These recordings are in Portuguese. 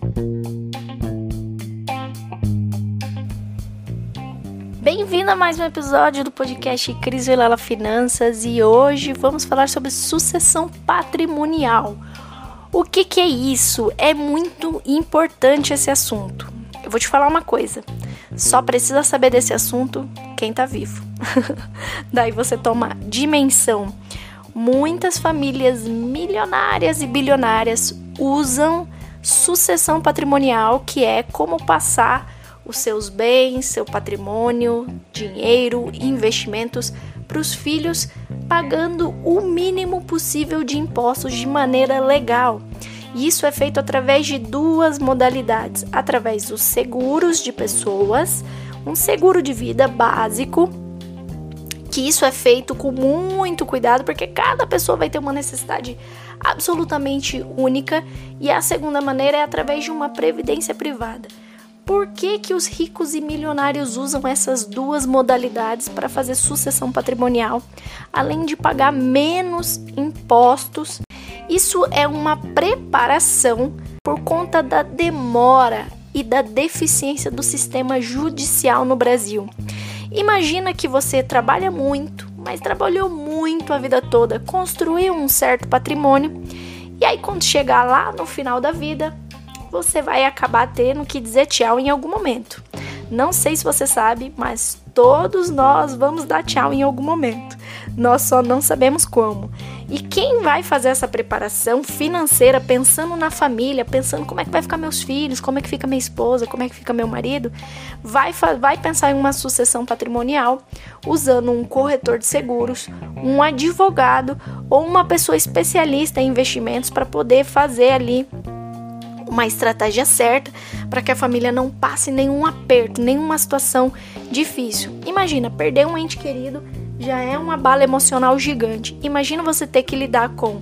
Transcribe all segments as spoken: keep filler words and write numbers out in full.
Bem-vindo a mais um episódio do podcast Cris Vilela Finanças e hoje vamos falar sobre sucessão patrimonial. O que que é isso? É muito importante esse assunto. Eu vou te falar uma coisa, só precisa saber desse assunto quem tá vivo. Daí você toma dimensão. Muitas famílias milionárias e bilionárias usam sucessão patrimonial, que é como passar os seus bens, seu patrimônio, dinheiro, investimentos para os filhos, pagando o mínimo possível de impostos de maneira legal. E isso é feito através de duas modalidades, através dos seguros de pessoas, um seguro de vida básico, que isso é feito com muito cuidado, porque cada pessoa vai ter uma necessidade absolutamente única, e a segunda maneira é através de uma previdência privada. Por que que os ricos e milionários usam essas duas modalidades para fazer sucessão patrimonial, além de pagar menos impostos? Isso é uma preparação por conta da demora e da deficiência do sistema judicial no Brasil. Imagina que você trabalha muito, mas trabalhou muito a vida toda, construiu um certo patrimônio, e aí quando chegar lá no final da vida, você vai acabar tendo que dizer tchau em algum momento. Não sei se você sabe, mas todos nós vamos dar tchau em algum momento. Nós só não sabemos como. E quem vai fazer essa preparação financeira, pensando na família, pensando como é que vai ficar meus filhos, como é que fica minha esposa, como é que fica meu marido, vai, vai pensar em uma sucessão patrimonial usando um corretor de seguros, um advogado ou uma pessoa especialista em investimentos para poder fazer ali uma estratégia certa para que a família não passe nenhum aperto, nenhuma situação difícil. Imagina, perder um ente querido já é uma bala emocional gigante. Imagina você ter que lidar com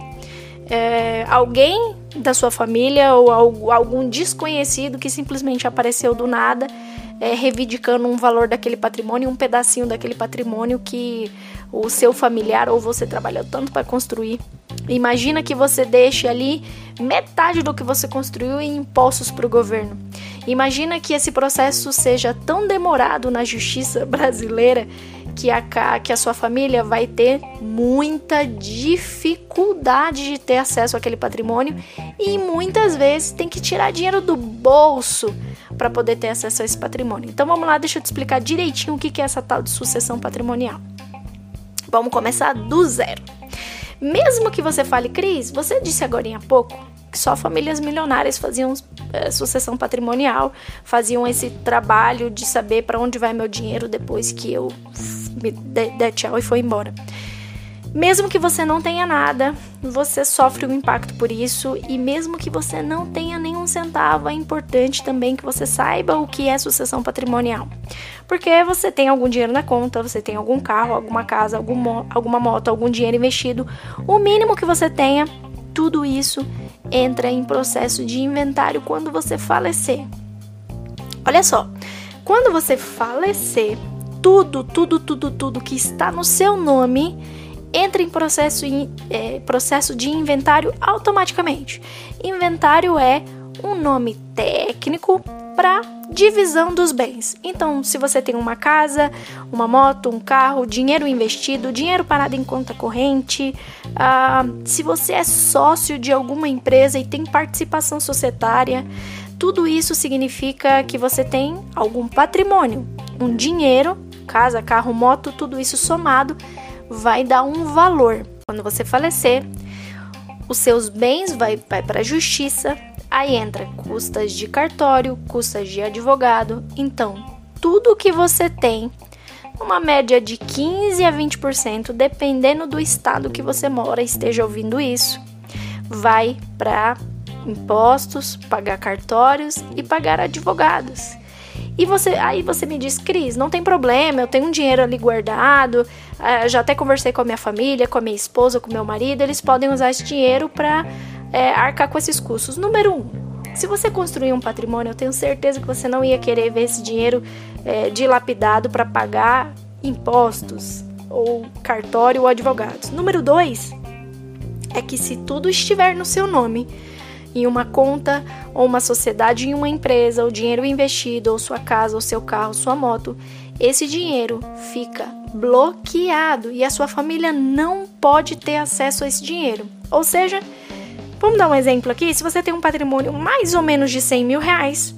é, alguém da sua família ou algum desconhecido que simplesmente apareceu do nada, é, reivindicando um valor daquele patrimônio, um pedacinho daquele patrimônio que o seu familiar ou você trabalhou tanto para construir. Imagina que você deixe ali metade do que você construiu em impostos para o governo. Imagina que esse processo seja tão demorado na justiça brasileira que a, que a sua família vai ter muita dificuldade de ter acesso àquele patrimônio e muitas vezes tem que tirar dinheiro do bolso para poder ter acesso a esse patrimônio. Então vamos lá, deixa eu te explicar direitinho o que é essa tal de sucessão patrimonial. Vamos começar do zero. Mesmo que você fale, Cris, você disse agora há pouco que só famílias milionárias faziam é, sucessão patrimonial, faziam esse trabalho de saber para onde vai meu dinheiro depois que eu me der tchau e foi embora. Mesmo que você não tenha nada, você sofre um impacto por isso, e mesmo que você não tenha nenhum centavo, é importante também que você saiba o que é sucessão patrimonial. Porque você tem algum dinheiro na conta, você tem algum carro, alguma casa, algum, alguma moto, algum dinheiro investido, o mínimo que você tenha, tudo isso entra em processo de inventário quando você falecer. Olha só, quando você falecer, tudo, tudo, tudo, tudo que está no seu nome entra em processo, é, processo de inventário automaticamente. Inventário é um nome técnico para divisão dos bens. Então, se você tem uma casa, uma moto, um carro, dinheiro investido, dinheiro parado em conta corrente, ah, se você é sócio de alguma empresa e tem participação societária, tudo isso significa que você tem algum patrimônio, um dinheiro, casa, carro, moto, tudo isso somado vai dar um valor. Quando você falecer, os seus bens vai, vai para a justiça, aí entra custas de cartório, custas de advogado. Então, tudo que você tem, uma média de quinze a vinte por cento, dependendo do estado que você mora, esteja ouvindo isso, vai para impostos, pagar cartórios e pagar advogados. E você, aí você me diz, Cris, não tem problema, eu tenho um dinheiro ali guardado, uh, já até conversei com a minha família, com a minha esposa, com o meu marido, eles podem usar esse dinheiro para é, arcar com esses custos. Número um, se você construir um patrimônio, eu tenho certeza que você não ia querer ver esse dinheiro é, dilapidado para pagar impostos, ou cartório ou advogados. Número dois, é que se tudo estiver no seu nome, em uma conta ou uma sociedade em uma empresa, o dinheiro investido, ou sua casa, ou seu carro, sua moto, esse dinheiro fica bloqueado e a sua família não pode ter acesso a esse dinheiro. Ou seja, vamos dar um exemplo aqui, se você tem um patrimônio mais ou menos de cem mil reais,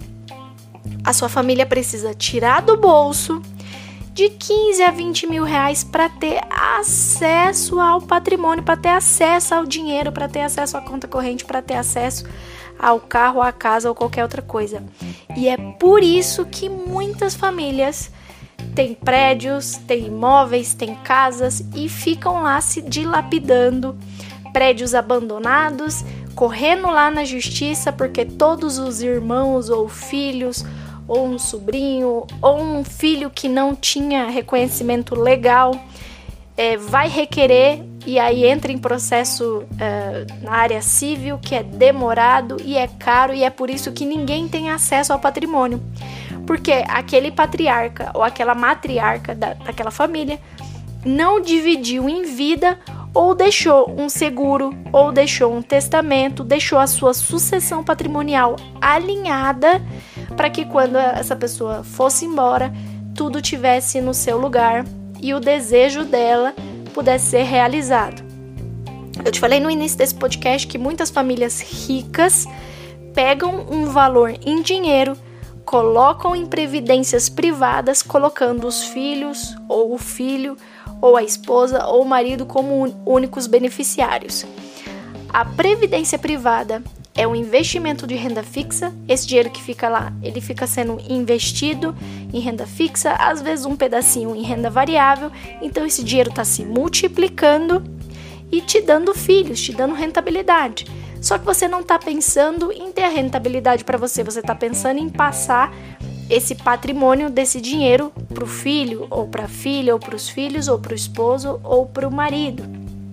a sua família precisa tirar do bolso de quinze a vinte mil reais para ter acesso ao patrimônio, para ter acesso ao dinheiro, para ter acesso à conta corrente, para ter acesso ao carro, à casa ou qualquer outra coisa. E é por isso que muitas famílias têm prédios, têm imóveis, têm casas e ficam lá se dilapidando, prédios abandonados, correndo lá na justiça porque todos os irmãos ou filhos ou um sobrinho, ou um filho que não tinha reconhecimento legal, é, vai requerer e aí entra em processo é, na área civil, que é demorado e é caro, e é por isso que ninguém tem acesso ao patrimônio. Porque aquele patriarca ou aquela matriarca da, daquela família não dividiu em vida, ou deixou um seguro, ou deixou um testamento, deixou a sua sucessão patrimonial alinhada para que quando essa pessoa fosse embora, tudo tivesse no seu lugar e o desejo dela pudesse ser realizado. Eu te falei no início desse podcast que muitas famílias ricas pegam um valor em dinheiro, colocam em previdências privadas, colocando os filhos, ou o filho, ou a esposa, ou o marido como únicos beneficiários. A previdência privada é um investimento de renda fixa. Esse dinheiro que fica lá, ele fica sendo investido em renda fixa, às vezes um pedacinho em renda variável, então esse dinheiro está se multiplicando e te dando filhos, te dando rentabilidade. Só que você não está pensando em ter a rentabilidade para você, você está pensando em passar esse patrimônio desse dinheiro para o filho, ou para a filha, ou para os filhos, ou para o esposo, ou para o marido.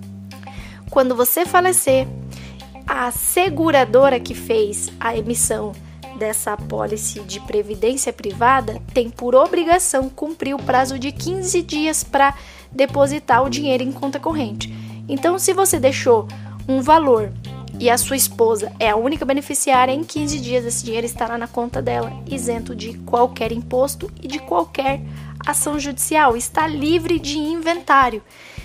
Quando você falecer, a seguradora que fez a emissão dessa apólice de previdência privada tem por obrigação cumprir o prazo de quinze dias para depositar o dinheiro em conta corrente. Então, se você deixou um valor e a sua esposa é a única beneficiária, em quinze dias esse dinheiro estará na conta dela, isento de qualquer imposto e de qualquer ação judicial, está livre de inventário.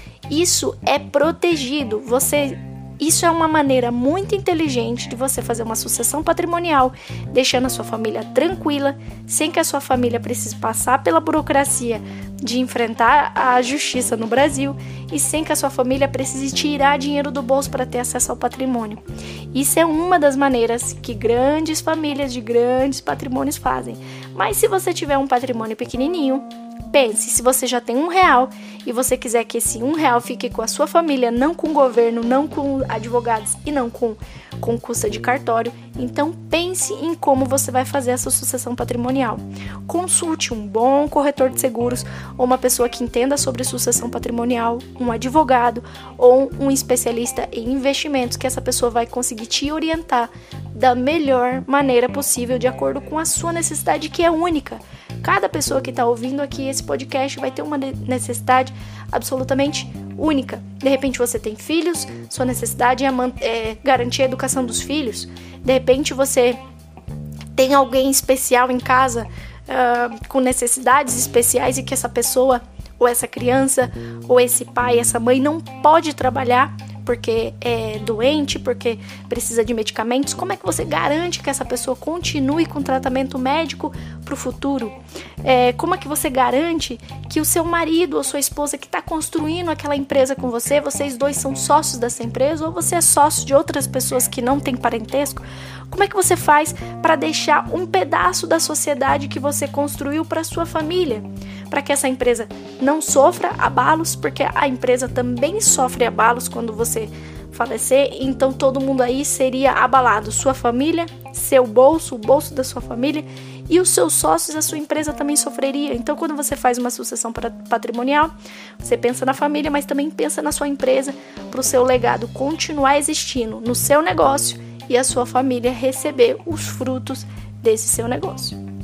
Isso é protegido. Você, isso é uma maneira muito inteligente de você fazer uma sucessão patrimonial, deixando a sua família tranquila, sem que a sua família precise passar pela burocracia de enfrentar a justiça no Brasil e sem que a sua família precise tirar dinheiro do bolso para ter acesso ao patrimônio. Isso é uma das maneiras que grandes famílias de grandes patrimônios fazem. Mas se você tiver um patrimônio pequenininho, pense, se você já tem um real e você quiser que esse um real fique com a sua família, não com o governo, não com advogados e não com, com custa de cartório, então pense em como você vai fazer essa sucessão patrimonial. Consulte um bom corretor de seguros ou uma pessoa que entenda sobre sucessão patrimonial, um advogado ou um especialista em investimentos, que essa pessoa vai conseguir te orientar da melhor maneira possível, de acordo com a sua necessidade, que é única. Cada pessoa que está ouvindo aqui esse podcast vai ter uma necessidade absolutamente única. De repente você tem filhos, sua necessidade é, é garantir a educação dos filhos. De repente você tem alguém especial em casa uh, com necessidades especiais e que essa pessoa, ou essa criança, ou esse pai, essa mãe não pode trabalhar porque é doente, porque precisa de medicamentos. Como é que você garante que essa pessoa continue com tratamento médico para o futuro? É, como é que você garante que o seu marido ou sua esposa que está construindo aquela empresa com você, vocês dois são sócios dessa empresa, ou você é sócio de outras pessoas que não têm parentesco? Como é que você faz para deixar um pedaço da sociedade que você construiu para sua família? Para que essa empresa não sofra abalos, porque a empresa também sofre abalos quando você falecer, então todo mundo aí seria abalado, sua família, seu bolso, o bolso da sua família e os seus sócios, a sua empresa também sofreria. Então quando você faz uma sucessão patrimonial, você pensa na família, mas também pensa na sua empresa, para o seu legado continuar existindo no seu negócio e a sua família receber os frutos desse seu negócio.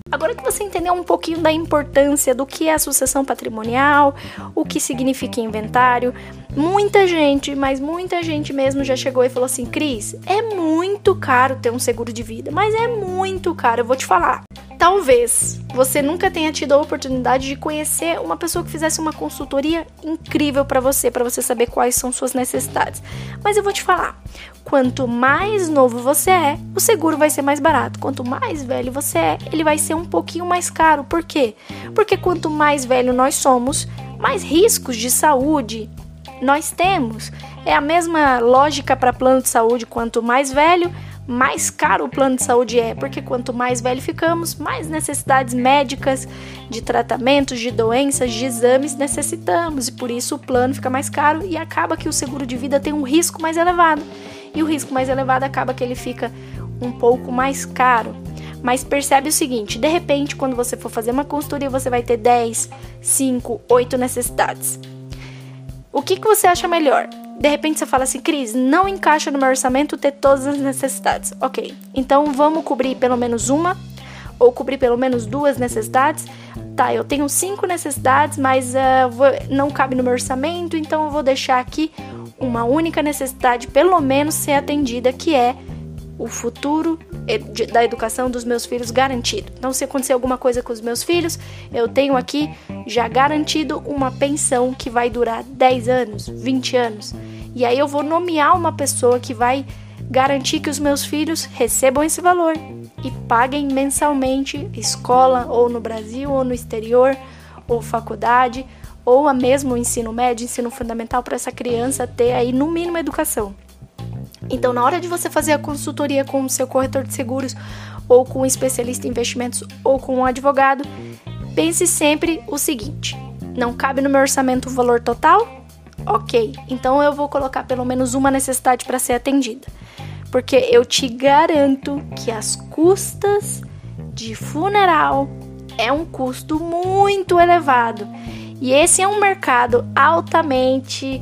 Agora que você entendeu um pouquinho da importância do que é a sucessão patrimonial, o que significa inventário, muita gente, mas muita gente mesmo já chegou e falou assim: Cris, é muito caro ter um seguro de vida, mas é muito caro, eu vou te falar. Talvez você nunca tenha tido a oportunidade de conhecer uma pessoa que fizesse uma consultoria incrível para você, para você saber quais são suas necessidades. Mas eu vou te falar, quanto mais novo você é, o seguro vai ser mais barato. Quanto mais velho você é, ele vai ser um pouquinho mais caro. Por quê? Porque quanto mais velho nós somos, mais riscos de saúde nós temos. É a mesma lógica para plano de saúde. Quanto mais velho, mais caro o plano de saúde é, porque quanto mais velho ficamos, mais necessidades médicas, de tratamentos, de doenças, de exames necessitamos, e por isso o plano fica mais caro e acaba que o seguro de vida tem um risco mais elevado, e o risco mais elevado acaba que ele fica um pouco mais caro. Mas percebe o seguinte, de repente, quando você for fazer uma consultoria, você vai ter dez, cinco, oito necessidades. O que, que você acha melhor? De repente você fala assim: Cris, não encaixa no meu orçamento ter todas as necessidades. Ok, então vamos cobrir pelo menos uma ou cobrir pelo menos duas necessidades. Tá, eu tenho cinco necessidades, mas uh, vou, não cabe no meu orçamento, então eu vou deixar aqui uma única necessidade pelo menos ser atendida, que é o futuro da educação dos meus filhos garantido. Então, se acontecer alguma coisa com os meus filhos, eu tenho aqui já garantido uma pensão que vai durar dez anos, vinte anos. E aí eu vou nomear uma pessoa que vai garantir que os meus filhos recebam esse valor e paguem mensalmente escola, ou no Brasil, ou no exterior, ou faculdade, ou a mesmo ensino médio, ensino fundamental, para essa criança ter aí no mínimo educação. Então, na hora de você fazer a consultoria com o seu corretor de seguros, ou com um especialista em investimentos, ou com um advogado, pense sempre o seguinte: não cabe no meu orçamento o valor total? Ok, então eu vou colocar pelo menos uma necessidade para ser atendida. Porque eu te garanto que as custas de funeral é um custo muito elevado. E esse é um mercado altamente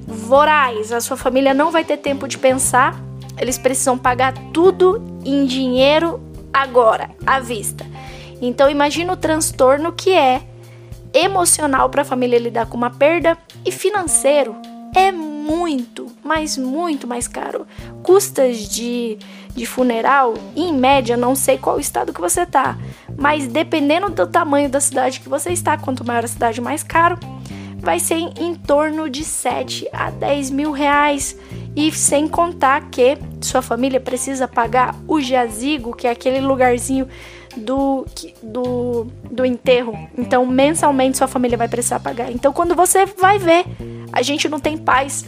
voraz. A sua família não vai ter tempo de pensar, eles precisam pagar tudo em dinheiro agora, à vista. Então imagina o transtorno que é emocional para a família lidar com uma perda, e financeiro é muito, mas muito mais caro. Custas de, de funeral, em média, não sei qual estado que você tá, mas dependendo do tamanho da cidade que você está, quanto maior a cidade, mais caro, vai ser em, em torno de sete a dez mil reais. E sem contar que sua família precisa pagar o jazigo, que é aquele lugarzinho do, do, do enterro. Então, mensalmente, sua família vai precisar pagar. Então, quando você vai ver, a gente não tem paz.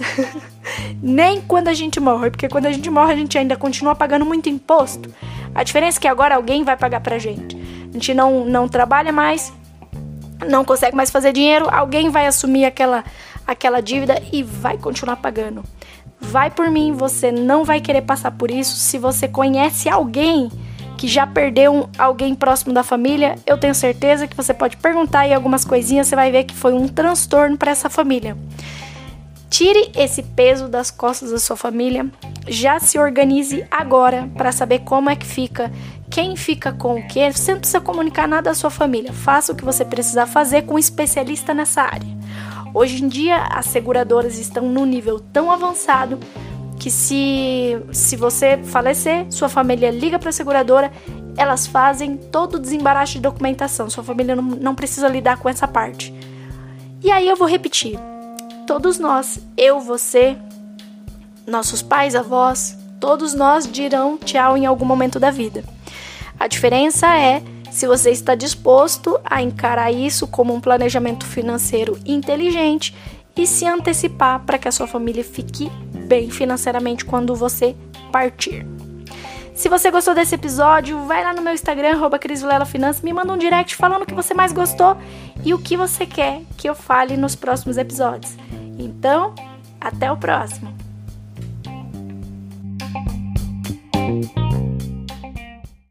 Nem quando a gente morre. Porque quando a gente morre, a gente ainda continua pagando muito imposto. A diferença é que agora alguém vai pagar pra gente. A gente não, não trabalha mais, não consegue mais fazer dinheiro, alguém vai assumir aquela, aquela dívida e vai continuar pagando. Vai por mim, você não vai querer passar por isso. Se você conhece alguém que já perdeu alguém próximo da família, eu tenho certeza que você pode perguntar aí algumas coisinhas, você vai ver que foi um transtorno para essa família. Tire esse peso das costas da sua família, já se organize agora para saber como é que fica, quem fica com o quê. Você não precisa comunicar nada à sua família, faça o que você precisar fazer com um especialista nessa área. Hoje em dia, as seguradoras estão num nível tão avançado que se, se você falecer, sua família liga para a seguradora, elas fazem todo o desembaraço de documentação, sua família não, não precisa lidar com essa parte. E aí eu vou repetir, todos nós, eu, você, nossos pais, avós, todos nós dirão tchau em algum momento da vida. A diferença é se você está disposto a encarar isso como um planejamento financeiro inteligente e se antecipar para que a sua família fique bem financeiramente quando você partir. Se você gostou desse episódio, vai lá no meu Instagram, arroba Cris Vilela Finanças, me manda um direct falando o que você mais gostou e o que você quer que eu fale nos próximos episódios. Então, até o próximo!